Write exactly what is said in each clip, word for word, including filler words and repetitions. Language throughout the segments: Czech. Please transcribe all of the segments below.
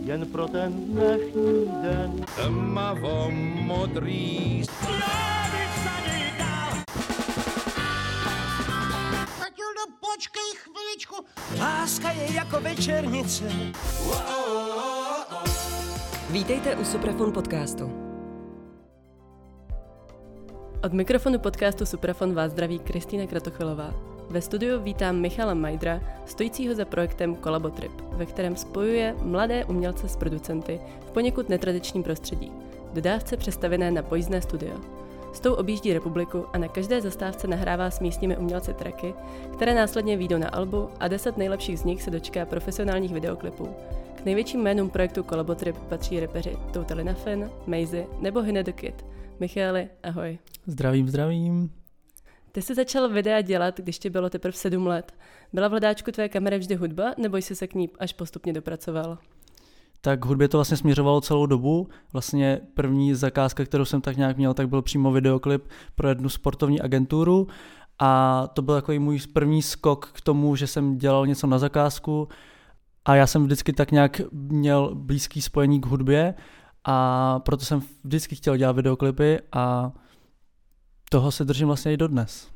jen pro ten dnešní den. Tmavo modrý. Matildo, počkej chviličku. Láska je jako večernice. Vítejte u Suprafon podcastu. Od mikrofonu podcastu Suprafon vás zdraví Kristýna Kratochvilová. Ve studiu vítám Michala Majdra, stojícího za projektem Kolabotrip, ve kterém spojuje mladé umělce s producenty v poněkud netradičním prostředí, dodávce přestavěné na pojízdné studio. S tou objíždí republiku a na každé zastávce nahrává s místními umělci tracky, které následně vyjdou na albu a deset nejlepších z nich se dočká profesionálních videoklipů. K největším jménům projektu Kolabotrip patří rapeři Totally Nothing, Mazy nebo Hine the Kid. Michale, ahoj. Zdravím, zdravím. Ty jsi začal videa dělat, když ti bylo teprve sedm let. Byla v hledáčku tvé kamery vždy hudba, nebo jsi se k ní až postupně dopracoval? Tak k hudbě to vlastně směřovalo celou dobu. Vlastně první zakázka, kterou jsem tak nějak měl, tak byl přímo videoklip pro jednu sportovní agenturu. A to byl takový můj první skok k tomu, že jsem dělal něco na zakázku. A já jsem vždycky tak nějak měl blízký spojení k hudbě. A proto jsem vždycky chtěl dělat videoklipy a toho se držím vlastně i dodnes.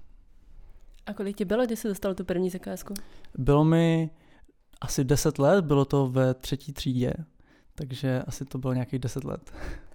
A kolik ti bylo, když jsi dostal tu první zakázku? Bylo mi asi deset let, bylo to ve třetí třídě, takže asi to bylo nějakých deset let.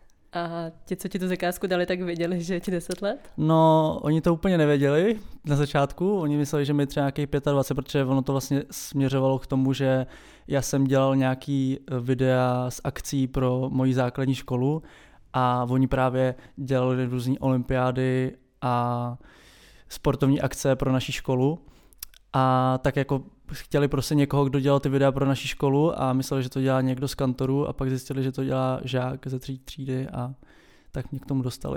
A ti, co ti tu zakázku dali, tak věděli, že je ti deset let? No, oni to úplně nevěděli na začátku, oni mysleli, že mi třeba nějakých dvacet pět, protože ono to vlastně směřovalo k tomu, že já jsem dělal nějaký videa z akcí pro moji základní školu a oni právě dělali různé olympiády a sportovní akce pro naši školu a tak jako chtěli prostě někoho, kdo dělal ty videa pro naši školu a mysleli, že to dělá někdo z kantoru a pak zjistili, že to dělá žák ze tří třídy a tak mě k tomu dostali.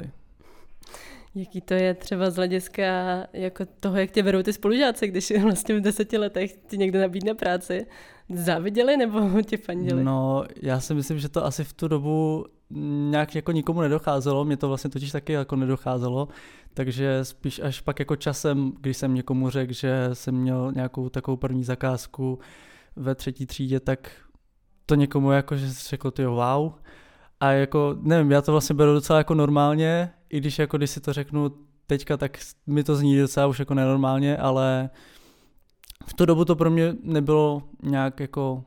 Jaký to je třeba z hlediska jako toho, jak tě berou ty spolužáci, když vlastně v deseti letech ti někdo nabídne práci? Záviděli nebo ti fandili? No, já si myslím, že to asi v tu dobu nějak jako nikomu nedocházelo, mě to vlastně totiž taky jako nedocházelo, takže spíš až pak jako časem, když jsem někomu řekl, že jsem měl nějakou takovou první zakázku ve třetí třídě, tak to někomu jako, že řekl tyjo wow a jako nevím, já to vlastně beru docela jako normálně, i když jako když si to řeknu teďka, tak mi to zní docela už jako nenormálně, ale v tu dobu to pro mě nebylo nějak jako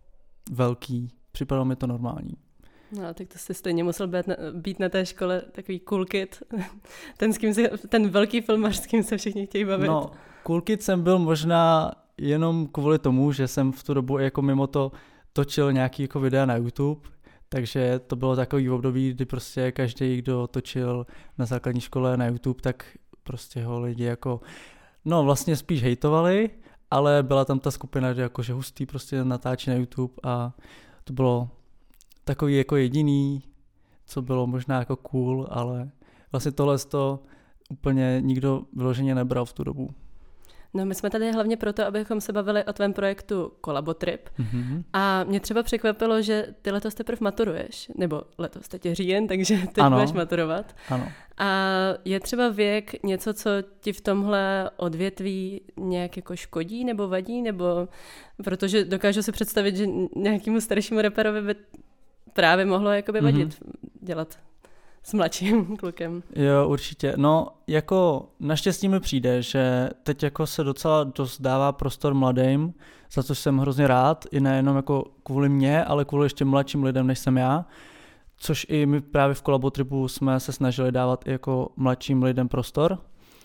velký, připadalo mi to normální. No, tak to jsi stejně musel být na, být na té škole takový cool kid, ten, s kým se, ten velký filmař, s kým se všichni chtějí bavit. No, cool kid jsem byl možná jenom kvůli tomu, že jsem v tu dobu jako mimo to točil nějaký jako videa na YouTube, takže to bylo takový období, kdy prostě každý, kdo točil na základní škole na YouTube, tak prostě ho lidi jako, no vlastně spíš hejtovali, ale byla tam ta skupina, že jakože hustý prostě natáčí na YouTube a to bylo takový jako jediný, co bylo možná jako cool, ale vlastně tohle to úplně nikdo vyloženě nebral v tu dobu. No my jsme tady hlavně proto, abychom se bavili o tvém projektu Kolabotrip. Mm-hmm. A mě třeba překvapilo, že ty letos teprve maturuješ, nebo letos teď je říjen, takže teď ano. budeš maturovat. Ano. A je třeba věk něco, co ti v tomhle odvětví nějak jako škodí nebo vadí, nebo protože dokážu si představit, že nějakému staršímu raperovi by právě mohlo jakoby vadit mm-hmm. dělat s mladším klukem. Jo, určitě. No, jako naštěstí mi přijde, že teď jako se docela dost dává prostor mladým, za což jsem hrozně rád, i nejenom jako kvůli mně, ale kvůli ještě mladším lidem, než jsem já, což i my právě v Kolabotripu jsme se snažili dávat i jako mladším lidem prostor.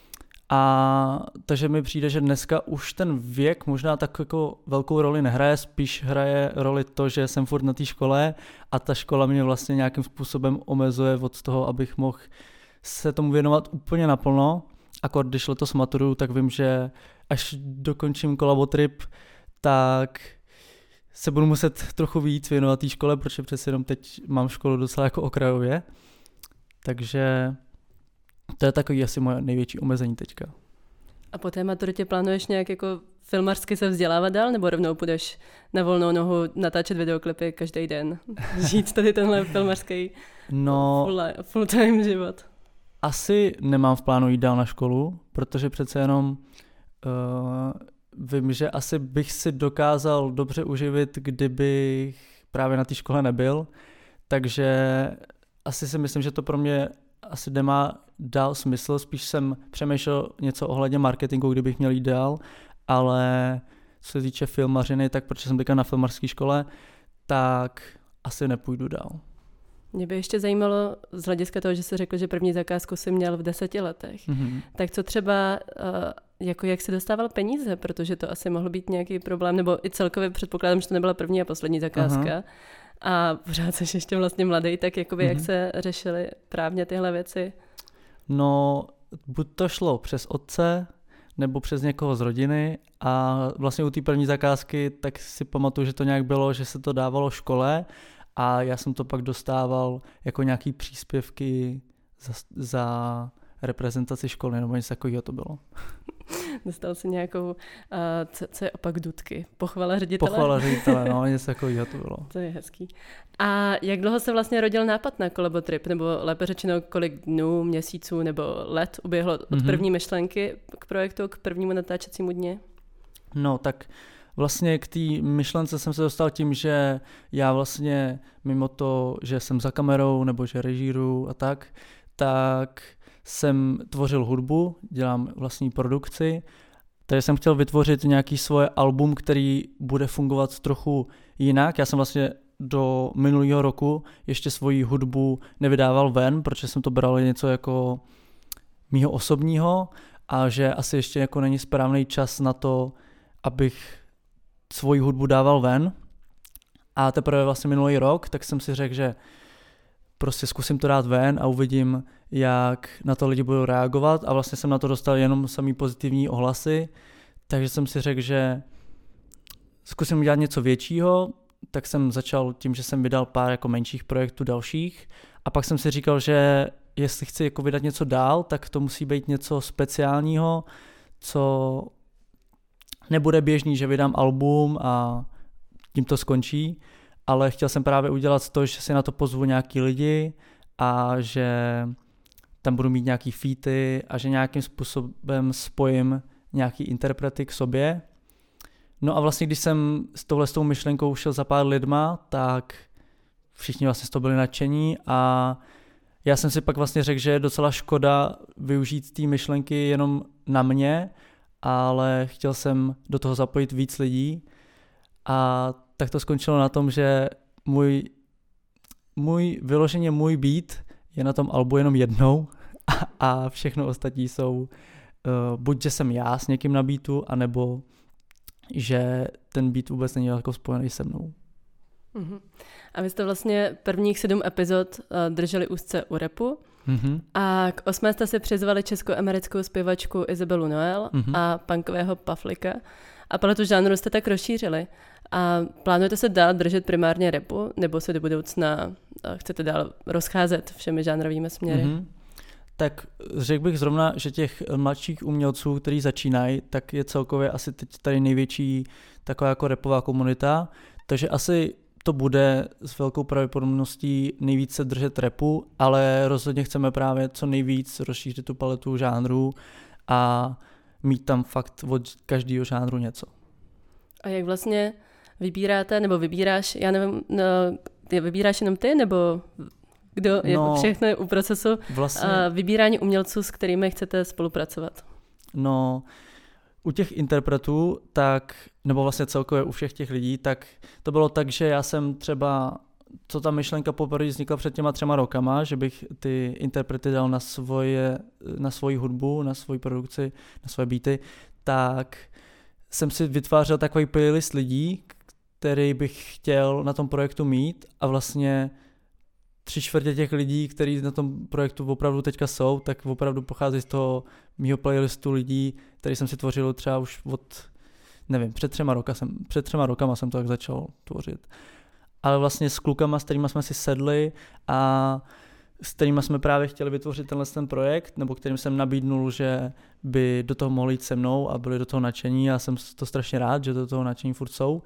A takže mi přijde, že dneska už ten věk možná tak jako velkou roli nehraje, spíš hraje roli to, že jsem furt na té škole a ta škola mě vlastně nějakým způsobem omezuje od toho, abych mohl se tomu věnovat úplně naplno. Akor když letos maturuju, tak vím, že až dokončím Kolabotrip, tak se budu muset trochu víc věnovat té škole, protože přece jenom teď mám školu docela jako okrajově. Takže to je takový asi moje největší omezení teďka. A po té maturitě plánuješ nějak jako filmařsky se vzdělávat dál, nebo rovnou půjdeš na volnou nohu natáčet videoklipy každý den? Žít tady tenhle filmařský no, full, full time život? Asi nemám v plánu jít dál na školu, protože přece jenom uh, vím, že asi bych si dokázal dobře uživit, kdybych právě na té škole nebyl, takže asi si myslím, že to pro mě asi nemá dál smysl, spíš jsem přemýšlel něco ohledně marketingu, kdybych měl jít dál, ale co se týče filmařiny, tak protože jsem teďka na filmařské škole, tak asi nepůjdu dál. Mě by ještě zajímalo z hlediska toho, že jsi řekl, že první zakázku jsi měl v deseti letech. Mm-hmm. Tak co třeba, jako jak jsi dostával peníze, protože to asi mohl být nějaký problém, nebo i celkově předpokládám, že to nebyla první a poslední zakázka. Aha. A pořád jsi ještě vlastně mladý, tak jakoby mm-hmm. jak se řešily právně tyhle věci? No, buď to šlo přes otce, nebo přes někoho z rodiny a vlastně u té první zakázky tak si pamatuju, že to nějak bylo, že se to dávalo škole a já jsem to pak dostával jako nějaký příspěvky za, za reprezentaci školy, nebo něco takového to bylo. Dostal jsi nějakou, uh, co, co je opak dudky? Pochvala ředitele? Pochvala ředitele, no, něco takového to bylo. To je hezký. A jak dlouho se vlastně rodil nápad na Collabo Trip? Nebo lépe řečeno, kolik dnů, měsíců nebo let uběhlo od mm-hmm. první myšlenky k projektu k prvnímu natáčecímu dni? No, tak vlastně k té myšlence jsem se dostal tím, že já vlastně mimo to, že jsem za kamerou nebo že režíruju a tak, tak jsem tvořil hudbu, dělám vlastní produkci, takže jsem chtěl vytvořit nějaký svoje album, který bude fungovat trochu jinak. Já jsem vlastně do minulého roku ještě svoji hudbu nevydával ven, protože jsem to bral něco jako mýho osobního a že asi ještě jako není správný čas na to, abych svoji hudbu dával ven. A teprve vlastně minulý rok, tak jsem si řekl, že prostě zkusím to dát ven a uvidím, jak na to lidi budou reagovat a vlastně jsem na to dostal jenom samý pozitivní ohlasy, takže jsem si řekl, že zkusím udělat něco většího, tak jsem začal tím, že jsem vydal pár jako menších projektů dalších a pak jsem si říkal, že jestli chci jako vydat něco dál, tak to musí být něco speciálního, co nebude běžný, že vydám album a tím to skončí, ale chtěl jsem právě udělat to, že si na to pozvu nějaký lidi a že tam budu mít nějaký featy a že nějakým způsobem spojím nějaký interprety k sobě. No a vlastně, když jsem s touhle s tou myšlenkou šel za pár lidma, tak všichni vlastně z toho byli nadšení a já jsem si pak vlastně řekl, že je docela škoda využít té myšlenky jenom na mě, ale chtěl jsem do toho zapojit víc lidí a tak to skončilo na tom, že můj, můj vyloženě můj beat je na tom albu jenom jednou a, a všechno ostatní jsou uh, buď, že jsem já s někým na beatu, anebo že ten beat vůbec není jako spojený se mnou. Uh-huh. A vy jste vlastně prvních sedm epizod uh, drželi úzce u rapu uh-huh. a k osmé jste si přizvali českoamerickou zpěvačku Isabelu Noel uh-huh. a punkového Paflika a paletu žánru jste tak rozšířili. A plánujete se dál držet primárně rapu, nebo se do budoucna chcete dál rozcházet všemi žánrovými směry? Mm-hmm. Tak řekl bych zrovna, že těch mladších umělců, kteří začínají, tak je celkově asi teď tady největší taková jako rapová komunita, takže asi to bude s velkou pravděpodobností nejvíce držet rapu, ale rozhodně chceme právě co nejvíc rozšířit tu paletu žánrů a mít tam fakt od každého žánru něco. A jak vlastně vybíráte, nebo vybíráš, já nevím, no, vybíráš jenom ty, nebo kdo je no, všechno je u procesu vlastně, a vybírání umělců, s kterými chcete spolupracovat? No, u těch interpretů, tak, nebo vlastně celkově u všech těch lidí, tak to bylo tak, že já jsem třeba, co ta myšlenka poprvé vznikla před těma třema rokama, že bych ty interprety dal na svoje, na svoji hudbu, na svoji produkci, na svoje beaty, tak jsem si vytvářel takový playlist lidí, který bych chtěl na tom projektu mít a vlastně tři čtvrtě těch lidí, kteří na tom projektu opravdu teďka jsou, tak opravdu pochází z toho mýho playlistu lidí, který jsem si tvořil třeba už od, nevím, před třema, roka jsem, před třema rokama jsem to tak začal tvořit. Ale vlastně s klukama, s kterýma jsme si sedli a s kterýma jsme právě chtěli vytvořit tenhle ten projekt, nebo kterým jsem nabídnul, že by do toho mohli jít se mnou a byli do toho nadšení a jsem to strašně rád, že do toho nadšení furt jsou.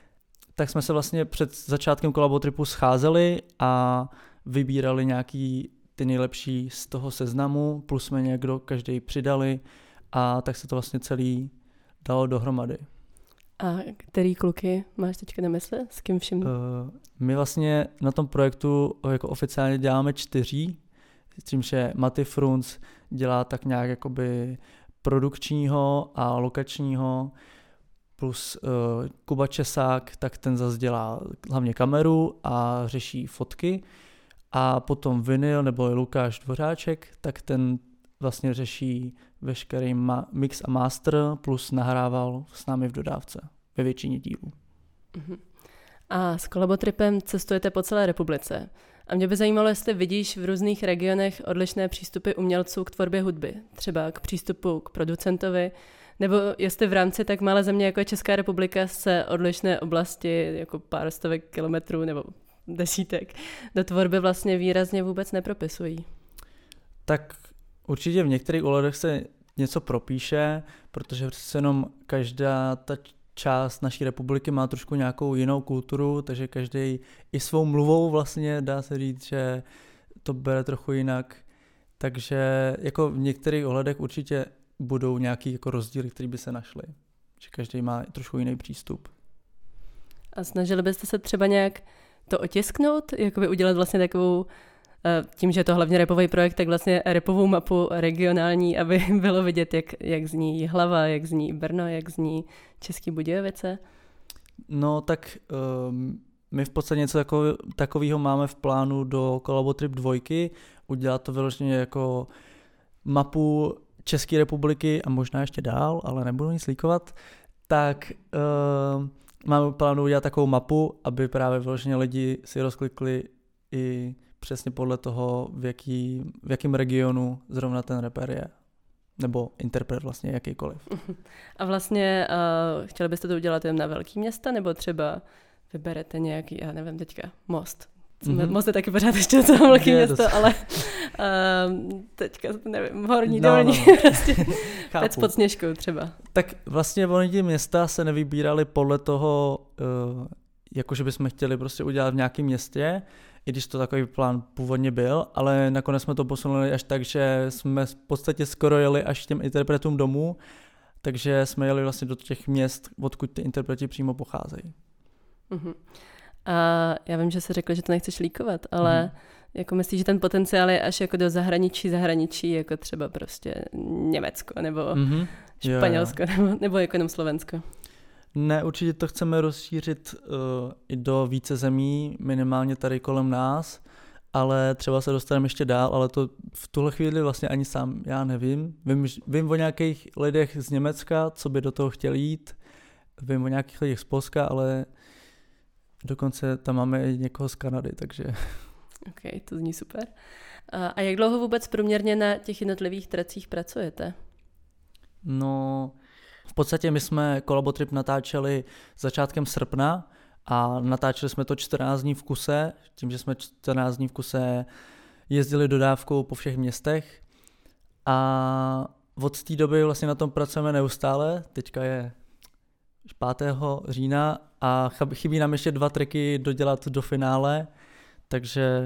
Tak jsme se vlastně před začátkem Collabo Tripu scházeli a vybírali nějaký ty nejlepší z toho seznamu, plus jsme někdo každý přidali a tak se to vlastně celý dalo dohromady. A který kluky máš teďka na mysli? S kým vším? Uh, my vlastně na tom projektu jako oficiálně děláme čtyři, s tím, že Mati Frunz dělá tak nějak jakoby produkčního a lokačního, plus uh, Kuba Česák, tak ten zase dělá hlavně kameru a řeší fotky. A potom Vinyl nebo Lukáš Dvořáček, tak ten vlastně řeší veškerý ma- mix a master, plus nahrával s námi v dodávce ve většině dílů. Uh-huh. A s Kolabotripem cestujete po celé republice. A mě by zajímalo, jestli vidíš v různých regionech odlišné přístupy umělců k tvorbě hudby, třeba k přístupu k producentovi, nebo jestli v rámci tak malé země, jako je Česká republika, se odlišné oblasti, jako pár stovek kilometrů nebo desítek, do tvorby vlastně výrazně vůbec nepropisují. Tak určitě v některých ohledech se něco propíše, protože přece jenom každá ta část naší republiky má trošku nějakou jinou kulturu, takže každý i svou mluvou vlastně dá se říct, že to bere trochu jinak. Takže jako v některých ohledech určitě budou nějaký jako rozdíly, které by se našly. Že každý má trošku jiný přístup. A snažili byste se třeba nějak to otisknout, jakoby udělat vlastně takovou, tím, že je to hlavně rapový projekt, tak vlastně rapovou mapu regionální, aby bylo vidět, jak, jak zní Jihlava, jak zní Brno, jak zní Český Budějovice? No tak um, my v podstatě něco takového máme v plánu do Kolabotrip dvojky, udělat to vyloženě jako mapu České republiky a možná ještě dál, ale nebudu nic líkovat, tak uh, máme v plánu udělat takovou mapu, aby právě vyloženě lidi si rozklikli i přesně podle toho, v, jaký, v jakém regionu zrovna ten rapper je. Nebo interpret vlastně jakýkoliv. A vlastně uh, chtěli byste to udělat jen na velký města, nebo třeba vyberete nějaký, já nevím teďka, Most. Mm-hmm. Most je taky pořád ještě docela velký město, dost... ale uh, teďka nevím, Horní, no, Dolní, no, no. prostě Pec pod Sněžkou třeba. Tak vlastně oni ty města se nevybírali podle toho, uh, jakože bychom chtěli prostě udělat v nějakém městě, i když to takový plán původně byl, ale nakonec jsme to posunuli až tak, že jsme v podstatě skoro jeli až těm interpretům domů, takže jsme jeli vlastně do těch měst, odkud ty interpreti přímo pocházejí. Uh-huh. A já vím, že jsi řekl, že to nechceš líkovat, ale uh-huh. jako myslíš, že ten potenciál je až jako do zahraničí, zahraničí, jako třeba prostě Německo, nebo uh-huh. Španělsko, jo, jo. Nebo, nebo jako jenom Slovensko? Ne, určitě to chceme rozšířit uh, i do více zemí, minimálně tady kolem nás, ale třeba se dostaneme ještě dál, ale to v tuhle chvíli vlastně ani sám já nevím. Vím, vím o nějakých lidech z Německa, co by do toho chtěli jít, vím o nějakých lidech z Polska, ale dokonce tam máme i někoho z Kanady, takže... Ok, to zní super. A, a jak dlouho vůbec průměrně na těch jednotlivých tracích pracujete? No... V podstatě my jsme Kolabotrip natáčeli začátkem srpna a natáčeli jsme to čtrnáct dní v kuse, tím, že jsme čtrnáct dní v kuse jezdili dodávkou po všech městech a od té doby vlastně na tom pracujeme neustále, teďka je pátého října a chybí nám ještě dva tracky dodělat do finále, takže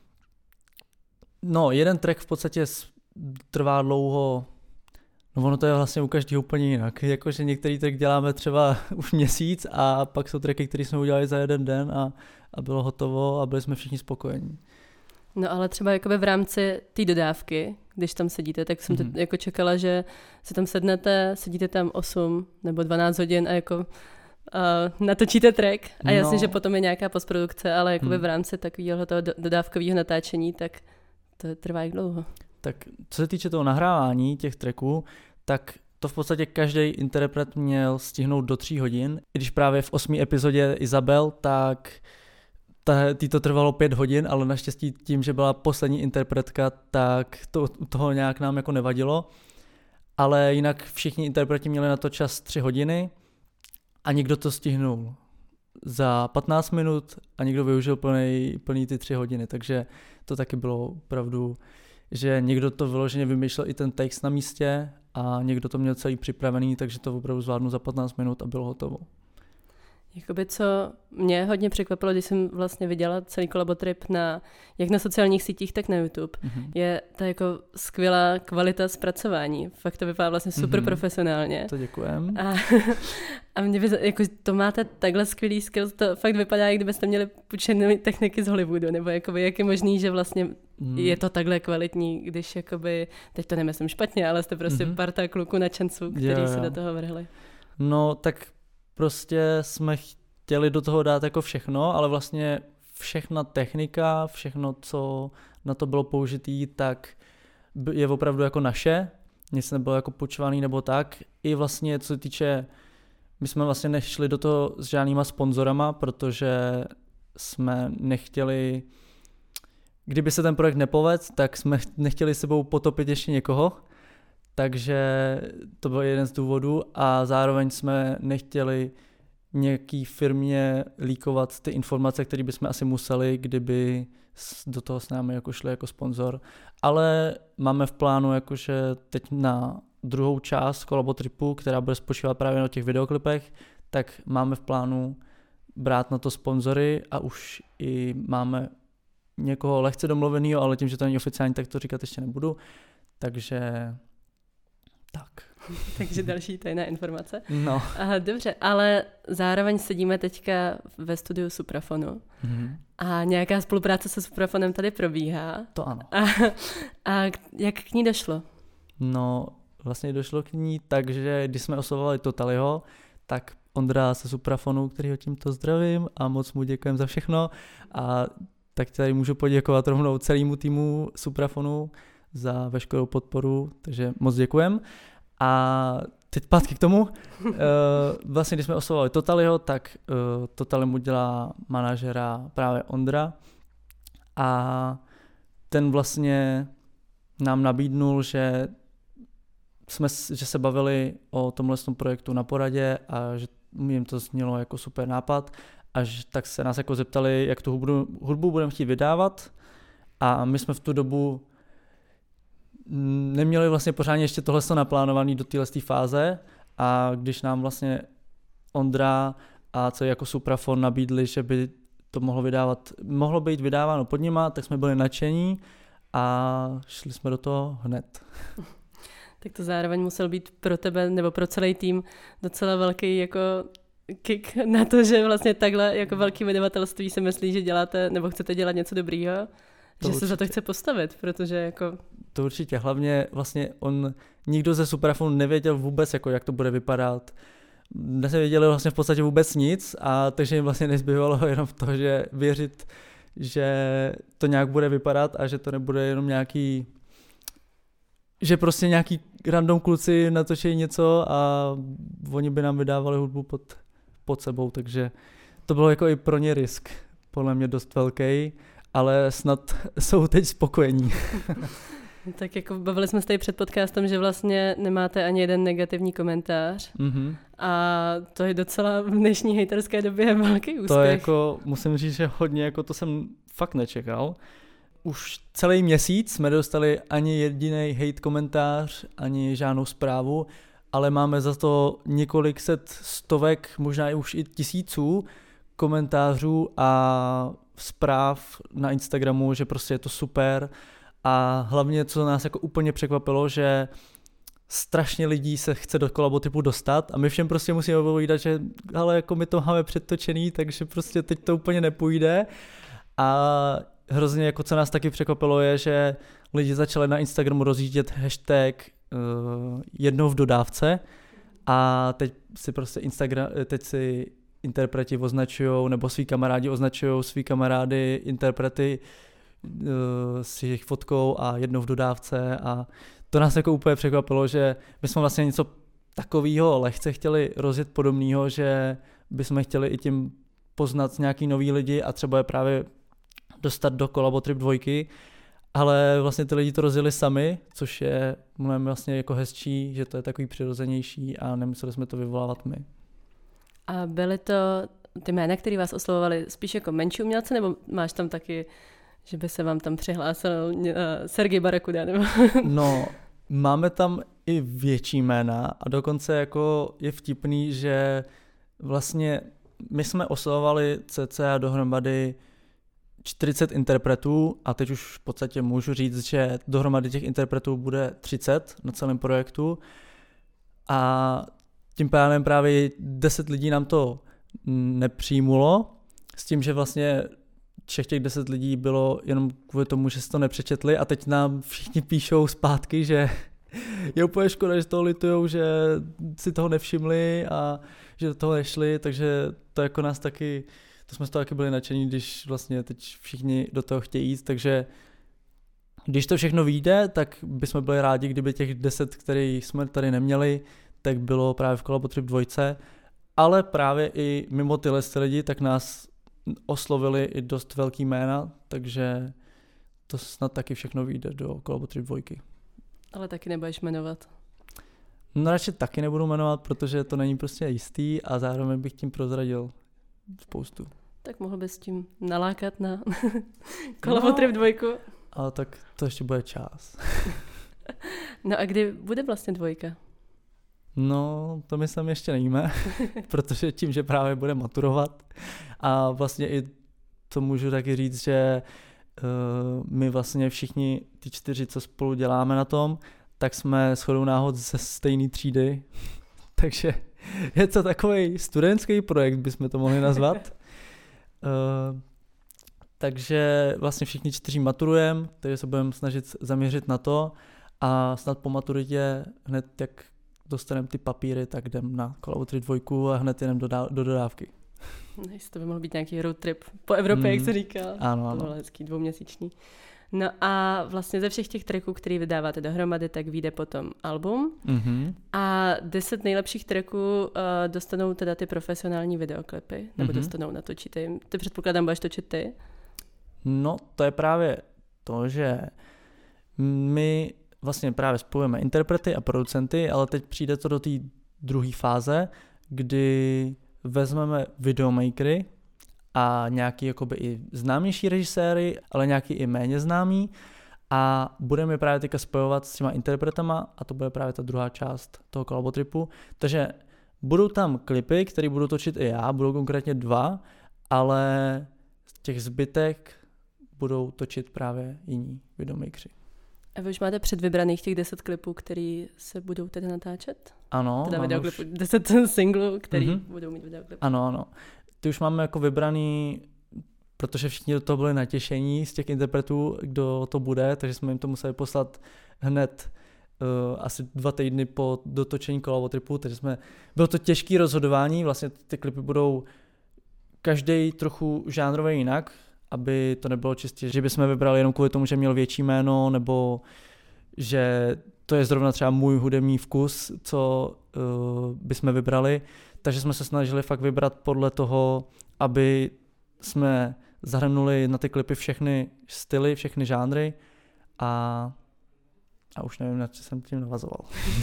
no jeden track v podstatě trvá dlouho. No ono to je vlastně u každého úplně jinak, jakože některý track děláme třeba už měsíc a pak jsou tracky, které jsme udělali za jeden den a, a bylo hotovo a byli jsme všichni spokojení. No ale třeba jakoby v rámci té dodávky, když tam sedíte, tak jsem mm-hmm. to jako čekala, že se tam sednete, sedíte tam osm nebo dvanáct hodin a jako uh, natočíte track a jasně, no. že potom je nějaká postprodukce, ale jakoby mm. v rámci takového toho dodávkového natáčení, tak to trvá jak dlouho. Tak co se týče toho nahrávání těch tracků, tak to v podstatě každý interpret měl stihnout do tří hodin. I když právě v osmé epizodě Izabel, tak ta, tý to trvalo pět hodin, ale naštěstí tím, že byla poslední interpretka, tak to toho nějak nám jako nevadilo. Ale jinak všichni interpreti měli na to čas tři hodiny a někdo to stihnul za patnáct minut a někdo využil plný, plný ty tři hodiny, takže to taky bylo opravdu, že někdo to vyloženě vymýšlel i ten text na místě a někdo to měl celý připravený, takže to opravdu zvládnu za patnáct minut a bylo hotovo. Jakoby co mě hodně překvapilo, když jsem vlastně viděla celý kolabotrip na, jak na sociálních sítích, tak na YouTube, mm-hmm. je ta jako skvělá kvalita zpracování. Fakt to vypadá vlastně super mm-hmm. profesionálně. To děkujem. A, a mě by, jako to máte takhle skvělý skills, to fakt vypadá, jak kdybyste měli půjčené techniky z Hollywoodu, nebo jakoby, jak je možný, že vlastně mm. je to takhle kvalitní, když jakoby, teď to nemyslím špatně, ale jste prostě mm-hmm. parta kluků nadšenců, kteří jo, jo. se do toho vrhli. No tak prostě jsme chtěli do toho dát jako všechno, ale vlastně všechna technika, všechno, co na to bylo použitý, tak je opravdu jako naše, nic nebylo jako půjčovaný nebo tak. I vlastně, co se týče, my jsme vlastně nešli do toho s žádnýma sponzorama, protože jsme nechtěli, kdyby se ten projekt nepovedl, tak jsme nechtěli sebou potopit ještě někoho, takže to byl jeden z důvodů a zároveň jsme nechtěli nějaký firmě líkovat ty informace, které bychom asi museli, kdyby do toho s námi jako šli jako sponzor. Ale máme v plánu jakože teď na druhou část kolabotripu, která bude spočívat právě na těch videoklipech, tak máme v plánu brát na to sponzory a už i máme někoho lehce domluvenýho, ale tím, že to není oficiální, tak to říkat ještě nebudu. Takže tak. Takže další tajná informace. No. Aha, dobře, ale zároveň sedíme teďka ve studiu Suprafonu mm-hmm. a nějaká spolupráce se Suprafonem tady probíhá. To ano. A, a jak k ní došlo? No, vlastně došlo k ní tak, že když jsme oslovovali Totaliho, tak Ondra se Suprafonu, kterýho tímto zdravím a moc mu děkujem za všechno a tak tady můžu poděkovat rovnou celému týmu Suprafonu za veškerou podporu, takže moc děkujem. A teď zpátky k tomu. Uh, vlastně, když jsme oslovovali Totaliho, tak uh, Totali mu dělá manažera právě Ondra a ten vlastně nám nabídnul, že, jsme, že se bavili o tomhle projektu na poradě a že jim to znělo jako super nápad a že, tak se nás jako zeptali, jak tu hudbu, hudbu budeme chtít vydávat a my jsme v tu dobu neměli vlastně pořádně ještě tohle naplánované do téhle fáze a když nám vlastně Ondra a co jako Suprafon nabídli, že by to mohlo vydávat, mohlo být vydáváno pod nima, tak jsme byli nadšení a šli jsme do toho hned. Tak to zároveň musel být pro tebe nebo pro celý tým docela velký jako kick na to, že vlastně takhle jako velký vydavatelství si myslí, že děláte nebo chcete dělat něco dobrýho, to že určitě. Se za to chce postavit, protože jako to určitě, hlavně vlastně on, nikdo ze Suprafonu nevěděl vůbec, jako jak to bude vypadat. Nevěděli vlastně v podstatě vůbec nic a takže jim vlastně nezbývalo jenom to, že věřit, že to nějak bude vypadat a že to nebude jenom nějaký, že prostě nějaký random kluci natočí něco a oni by nám vydávali hudbu pod, pod sebou, takže to bylo jako i pro ně risk, podle mě dost velký, ale snad jsou teď spokojení. Tak jako bavili jsme se tady před podcastem, že vlastně nemáte ani jeden negativní komentář mm-hmm. a to je docela v dnešní hejterské době velký úspěch. To je jako, musím říct, že hodně, jako to jsem fakt nečekal. Už celý měsíc jsme dostali ani jediný hate komentář, ani žádnou zprávu, ale máme za to několik set stovek, možná i už i tisíců komentářů a zpráv na Instagramu, že prostě je to super. A hlavně, co nás jako úplně překvapilo, že strašně lidí se chce do kolabotypu dostat a my všem prostě musíme povídat, že ale jako my to máme předtočený, takže prostě teď to úplně nepůjde. A hrozně jako co nás taky překvapilo je, že lidi začali na Instagramu rozjíždět hashtag uh, jednou v dodávce a teď si prostě Instagram, teď si interpreti označujou nebo svý kamarádi označují svý kamarády, interprety s jejich fotkou a jednou v dodávce a to nás jako úplně překvapilo, že my jsme vlastně něco takového lehce chtěli rozjet podobného, že bychom chtěli i tím poznat nějaký nový lidi a třeba je právě dostat do Kolabotrip dvojky, ale vlastně ty lidi to rozjeli sami, což je mnohem vlastně jako hezčí, že to je takový přirozenější a nemuseli jsme to vyvolávat my. A byly to ty jména, které vás oslovovali spíš jako menší umělce, nebo máš tam taky, že by se vám tam přihlásil uh, Sergej Barakuda? Nebo? No, máme tam i větší jména a dokonce jako je vtipný, že vlastně my jsme oslovovali cca dohromady čtyřicet interpretů a teď už v podstatě můžu říct, že dohromady těch interpretů bude třicet na celém projektu a tím pádem právě deset lidí nám to nepřijmulo s tím, že vlastně všech těch deset lidí bylo jenom kvůli tomu, že si to nepřečetli a teď nám všichni píšou zpátky, že je úplně škoda, že toho litujou, že si toho nevšimli a že do toho nešli, takže to jako nás taky, to jsme z toho taky byli nadšení, když vlastně teď všichni do toho chtějí jít, takže když to všechno vyjde, tak bychom byli rádi, kdyby těch deset, který jsme tady neměli, tak bylo právě v Collabo Trip dvojce, ale právě i mimo tyhle lidi, tak nás oslovili i dost velký jména, takže to snad taky všechno vyjde do Collabo Trip dvojky. Ale taky nebudeš jmenovat. No radši taky nebudu jmenovat, protože to není prostě jistý a zároveň bych tím prozradil spoustu. Tak mohl bys tím nalákat na Collabo Trip dvojku. Ale tak to ještě bude čas. No a kdy bude vlastně dvojka? No, to my sami ještě nevíme, protože tím, že právě bude maturovat a vlastně i to můžu taky říct, že uh, my vlastně všichni ty čtyři, co spolu děláme na tom, tak jsme shodou náhod ze stejné třídy, takže je to takový studentský projekt, bychom to mohli nazvat. Uh, takže vlastně všichni čtyři maturujeme, takže se budeme snažit zaměřit na to a snad po maturitě hned jak dostaneme ty papíry, tak jdem na Collabo Trip dvojku a hned jdem do, dá- do dodávky. Nice, to by mohl být nějaký road trip po Evropě, mm. jak se říká. Ano, ano. To bylo hezký, dvouměsíční. No a vlastně ze všech těch tracků, který vydáváte dohromady, tak vyjde potom album. Mm-hmm. A deset nejlepších tracků uh, dostanou teda ty profesionální videoklipy, nebo mm-hmm. dostanou natočit jim. Ty předpokládám, budeš točit ty? No, to je právě to, že my vlastně právě spojujeme interprety a producenty, ale teď přijde to do té druhé fáze, kdy vezmeme videomakery a nějaký jakoby i známější režiséry, ale nějaký i méně známý a budeme je právě teďka spojovat s těma interpretama a to bude právě ta druhá část toho Collabo Tripu. Takže budou tam klipy, které budu točit i já, budou konkrétně dva, ale z těch zbytek budou točit právě jiní videomakeři. A vy už máte předvybraných těch deset klipů, který se budou tedy natáčet? Ano. Teda videoklipů, už... deset singlů, který mm-hmm. budou mít videoklip. Ano, ano. Ty už máme jako vybraný, protože všichni do toho byli natěšení z těch interpretů, kdo to bude, takže jsme jim to museli poslat hned uh, asi dva týdny po dotočení Collabo Tripu, takže jsme, bylo to těžké rozhodování, vlastně ty klipy budou každý trochu žánrově jinak, aby to nebylo čistě, že bychom vybrali jenom kvůli tomu, že měl větší jméno, nebo že to je zrovna třeba můj hudební vkus, co uh, bychom vybrali. Takže jsme se snažili fakt vybrat podle toho, aby jsme zahrnuli na ty klipy všechny styly, všechny žánry a, a už nevím, na co jsem tím navazoval.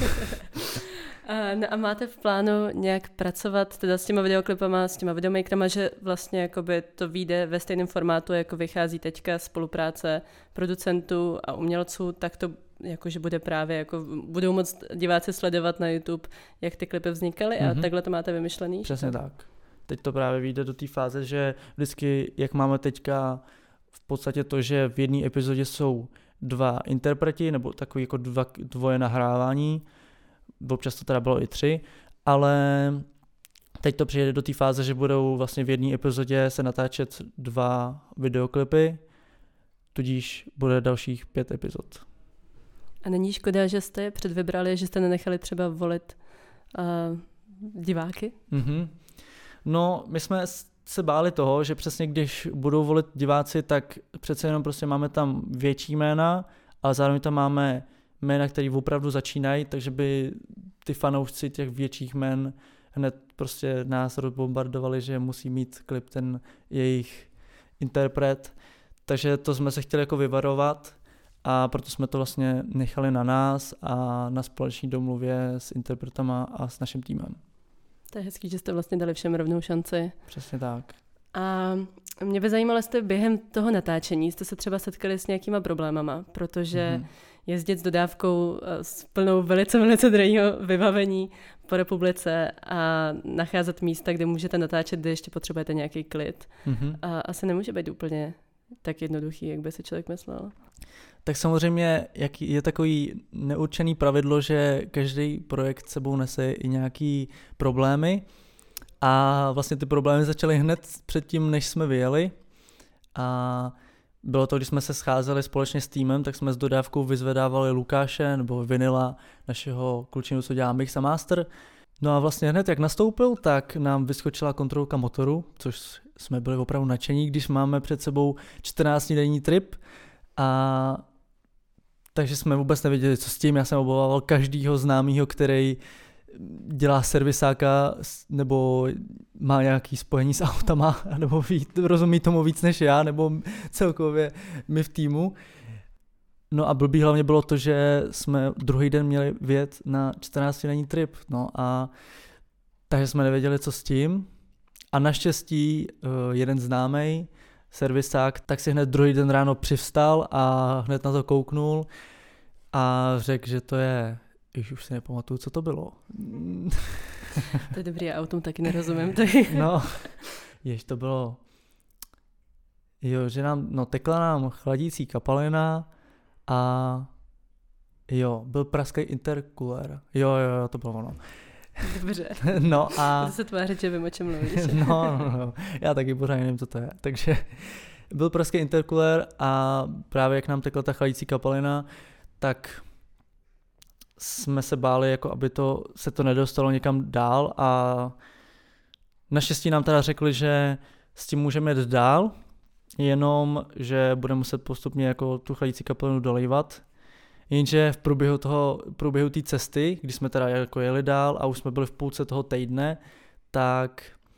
A, no a máte v plánu nějak pracovat teda s těma videoklipama, s těma videomakerama, že vlastně jakoby to vyjde ve stejném formátu, jako vychází teďka spolupráce producentů a umělců, tak to jakože bude právě, jako budou moct diváci sledovat na YouTube, jak ty klipy vznikaly a mm-hmm. takhle to máte vymyšlený? Přesně tak. Teď to právě vyjde do té fáze, že vždycky, jak máme teďka v podstatě to, že v jedné epizodě jsou dva interpreti, nebo takový jako dva, dvoje nahrávání, občas to teda bylo i tři, ale teď to přijde do té fáze, že budou vlastně v jedné epizodě se natáčet dva videoklipy, tudíž bude dalších pět epizod. A není škoda, že jste je předvybrali, že jste nenechali třeba volit uh, diváky? Mm-hmm. No, my jsme se báli toho, že přesně když budou volit diváci, tak přece jenom prostě máme tam větší jména, ale zároveň tam máme jména, které opravdu začínají, takže by ty fanoušci těch větších jmen hned prostě nás rozbombardovali, že musí mít klip ten jejich interpret. Takže to jsme se chtěli jako vyvarovat a proto jsme to vlastně nechali na nás a na společné domluvě s interpretama a s naším týmem. To je hezký, že jste vlastně dali všem rovnou šanci. Přesně tak. A mě by zajímalo, jestli během toho natáčení jste se třeba setkali s nějakýma problémama, protože mm-hmm. jezdit s dodávkou s plnou velice, velice drahého vybavení po republice a nacházet místa, kde můžete natáčet, kde ještě potřebujete nějaký klid. Mm-hmm. A asi nemůže být úplně tak jednoduchý, jak by si člověk myslel. Tak samozřejmě jak je takový neurčený pravidlo, že každý projekt sebou nese i nějaký problémy a vlastně ty problémy začaly hned předtím, než jsme vyjeli a bylo to, když jsme se scházeli společně s týmem, tak jsme s dodávkou vyzvedávali Lukáše nebo Vinila, našeho klučinu, co dělá mix a master. No a vlastně hned jak nastoupil, tak nám vyskočila kontrolka motoru, což jsme byli opravdu nadšení, když máme před sebou čtrnáctidenní trip a takže jsme vůbec nevěděli, co s tím. Já jsem obával každýho známýho, který dělá servisáka nebo má nějaký spojení s autama, nebo ví, rozumí tomu víc než já, nebo celkově my v týmu. No a blbý hlavně bylo to, že jsme druhý den měli vyjet na čtrnáctidenní trip. No a takže jsme nevěděli, co s tím. A naštěstí jeden známej servisák, tak si hned druhý den ráno přivstal a hned na to kouknul a řekl, že to je, již už si nepamatuju, co to bylo. To je dobrý, já autům taky nerozumím. No, jež to bylo, jo, že nám, no tekla nám chladící kapalina a jo, byl praský intercooler. Jo, jo, jo, to bylo ono. Dobře. No a... To se tvářit, že vím, o čem mluvíš. No, no, no, já taky pořád nevím, co to je. Takže byl praský intercooler a právě jak nám tekla ta chladicí kapalina, tak jsme se báli, jako aby to, se to nedostalo někam dál a naštěstí nám teda řekli, že s tím můžeme jít dál, jenom, že budeme muset postupně jako tu chladicí kapalinu dolejvat. Jenže v průběhu toho, průběhu té cesty, když jsme teda jako jeli dál a už jsme byli v půlce toho týdne, tak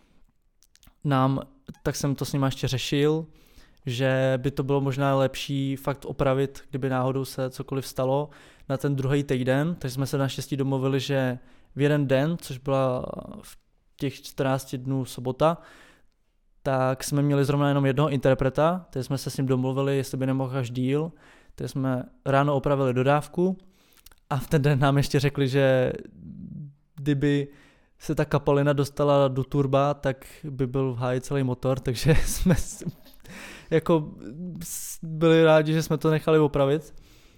nám, tak jsem to s ním ještě řešil, že by to bylo možná lepší fakt opravit, kdyby náhodou se cokoliv stalo na ten druhý týden, takže jsme se naštěstí domluvili, že v jeden den, což byla v těch čtrnácti dnů sobota, tak jsme měli zrovna jenom jednoho interpreta, takže jsme se s ním domluvili, jestli by nemohl až díl. Takže jsme ráno opravili dodávku a v ten den nám ještě řekli, že kdyby se ta kapalina dostala do turba, tak by byl v háji celý motor, takže jsme jako byli rádi, že jsme to nechali opravit.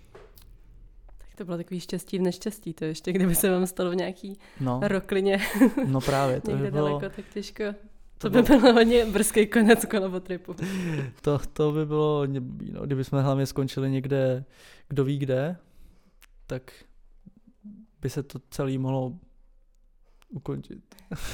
Tak to bylo takový štěstí v neštěstí, to ještě kdyby se vám stalo v nějaký no. roklině. No právě. To někde by bylo... daleko, tak těžko. To by bylo hodně brzký konec kolobotripu. To, to by bylo, no, kdyby jsme hlavně skončili někde, kdo ví kde, tak by se to celé mohlo ukončit.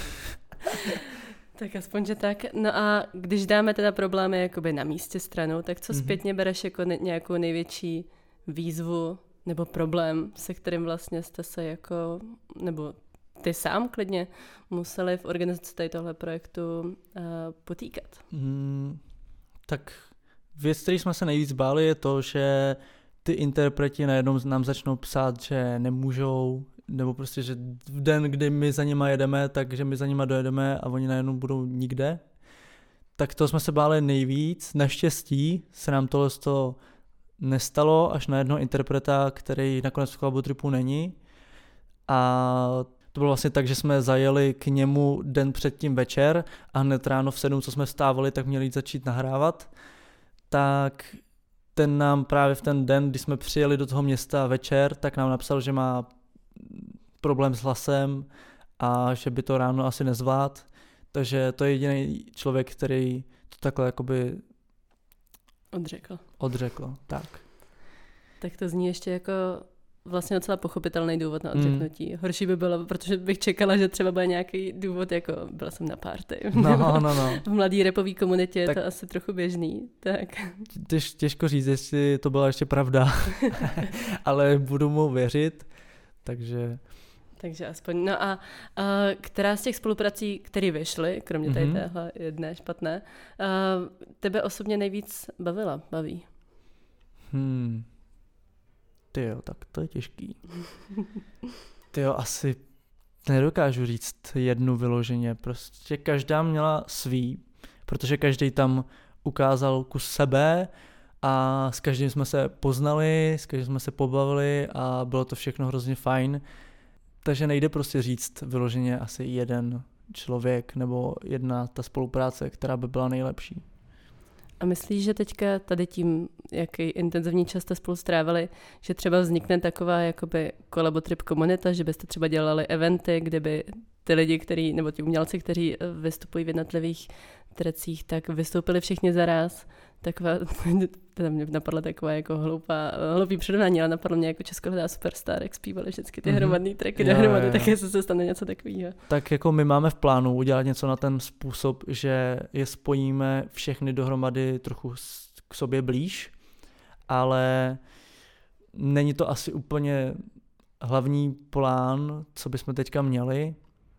Tak aspoň, že tak. No a když dáme teda problémy jakoby na místě stranou, tak co zpětně mm-hmm. bereš jako ne- nějakou největší výzvu nebo problém, se kterým vlastně jste se jako, nebo ty sám klidně museli v organizaci tady tohle projektu uh, potýkat? Hmm, tak věc, který jsme se nejvíc báli, je to, že ty interpreti najednou nám začnou psát, že nemůžou, nebo prostě, že v den, kdy my za nima jedeme, takže my za nima dojedeme a oni najednou budou nikde. Tak to jsme se báli nejvíc. Naštěstí se nám tohle to nestalo až na jednoho interpreta, který nakonec v Kolobotripu není. A to bylo vlastně tak, že jsme zajeli k němu den předtím večer a hned ráno v sedm, co jsme vstávali, tak měli začít nahrávat. Tak ten nám právě v ten den, kdy jsme přijeli do toho města večer, tak nám napsal, že má problém s hlasem a že by to ráno asi nezvládl. Takže to je jediný člověk, který to takhle jakoby odřekl. Odřekl, tak. Tak to zní ještě jako vlastně docela pochopitelný důvod na odřeknutí. Mm. Horší by bylo, protože bych čekala, že třeba bude nějaký důvod, jako byla jsem na party. No, no, no. V mladý rapové komunitě je tak to asi trochu běžný. Tak. Těž, těžko říct, jestli to byla ještě pravda, ale budu mu věřit, takže... Takže aspoň. No a uh, která z těch spoluprací, které vyšly, kromě tady mm-hmm. téhle jedné špatné, uh, tebe osobně nejvíc bavila, baví? Hmm... Tyjo, tak to je těžký. Tyjo, asi nedokážu říct jednu vyloženě. Prostě každá měla svý. protože každý tam ukázal kus sebe a s každým jsme se poznali, s každým jsme se pobavili a bylo to všechno hrozně fajn. Takže nejde prostě říct vyloženě asi jeden člověk nebo jedna ta spolupráce, která by byla nejlepší. A myslíš, že teďka tady tím, jaký intenzivní čas jste spolu strávili, že třeba vznikne taková jakoby kolabotrip komunita, že byste třeba dělali eventy, kde by ty lidi, který, nebo ti umělci, kteří vystupují v jednotlivých trecích, tak vystoupili všichni zaraz. Taková, teda mě napadla taková jako hloupá, hloupý přirovnání, ale napadlo mě jako Českohledá Superstar, jak zpívali všechny ty mm-hmm. hromadný tracky dohromady, tak jestli se stane něco takového. Tak jako my máme v plánu udělat něco na ten způsob, že je spojíme všechny dohromady trochu k sobě blíž, ale není to asi úplně hlavní plán, co bychom teďka měli,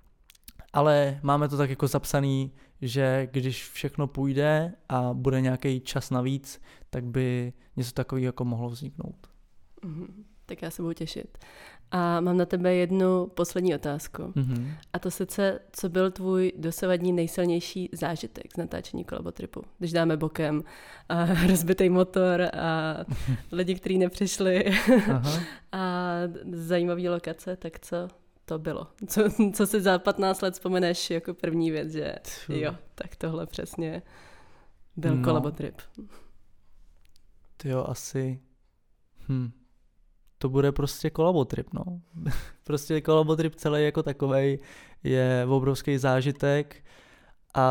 ale máme to tak jako zapsaný, že když všechno půjde a bude nějaký čas navíc, tak by něco takového jako mohlo vzniknout. Mm-hmm. Tak já se budu těšit. A mám na tebe jednu poslední otázku. Mm-hmm. A to sice, co byl tvůj dosavadní nejsilnější zážitek z natáčení kolabotripu? Když dáme bokem a rozbitý motor a lidi, kteří nepřišli a zajímavý lokace, tak co to bylo? Co, co si za patnáct let vzpomeneš jako první věc, že jo, tak tohle přesně byl no. kolabotrip. Tyjo, asi hm. to bude prostě kolabotrip, no. Prostě kolabotrip celý jako takovej je obrovský zážitek a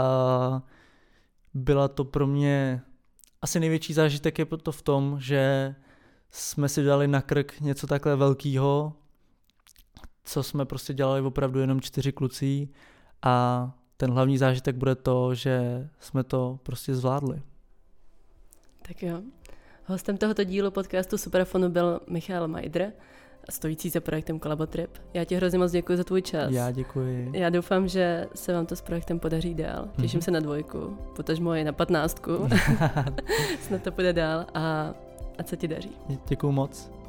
byla to pro mě asi největší zážitek je to v tom, že jsme si dali na krk něco takhle velkýho, co jsme prostě dělali opravdu jenom čtyři kluci a ten hlavní zážitek bude to, že jsme to prostě zvládli. Tak jo. Hostem tohoto dílu podcastu Superfonu byl Michal Majdr, stojící za projektem Kolabotrip. Já ti hrozně moc děkuji za tvůj čas. Já děkuji. Já doufám, že se vám to s projektem podaří dál. Těším mm-hmm. se na dvojku, potažmo i na patnáctku. Snad to půjde dál a ať se ti daří. Děkuji moc.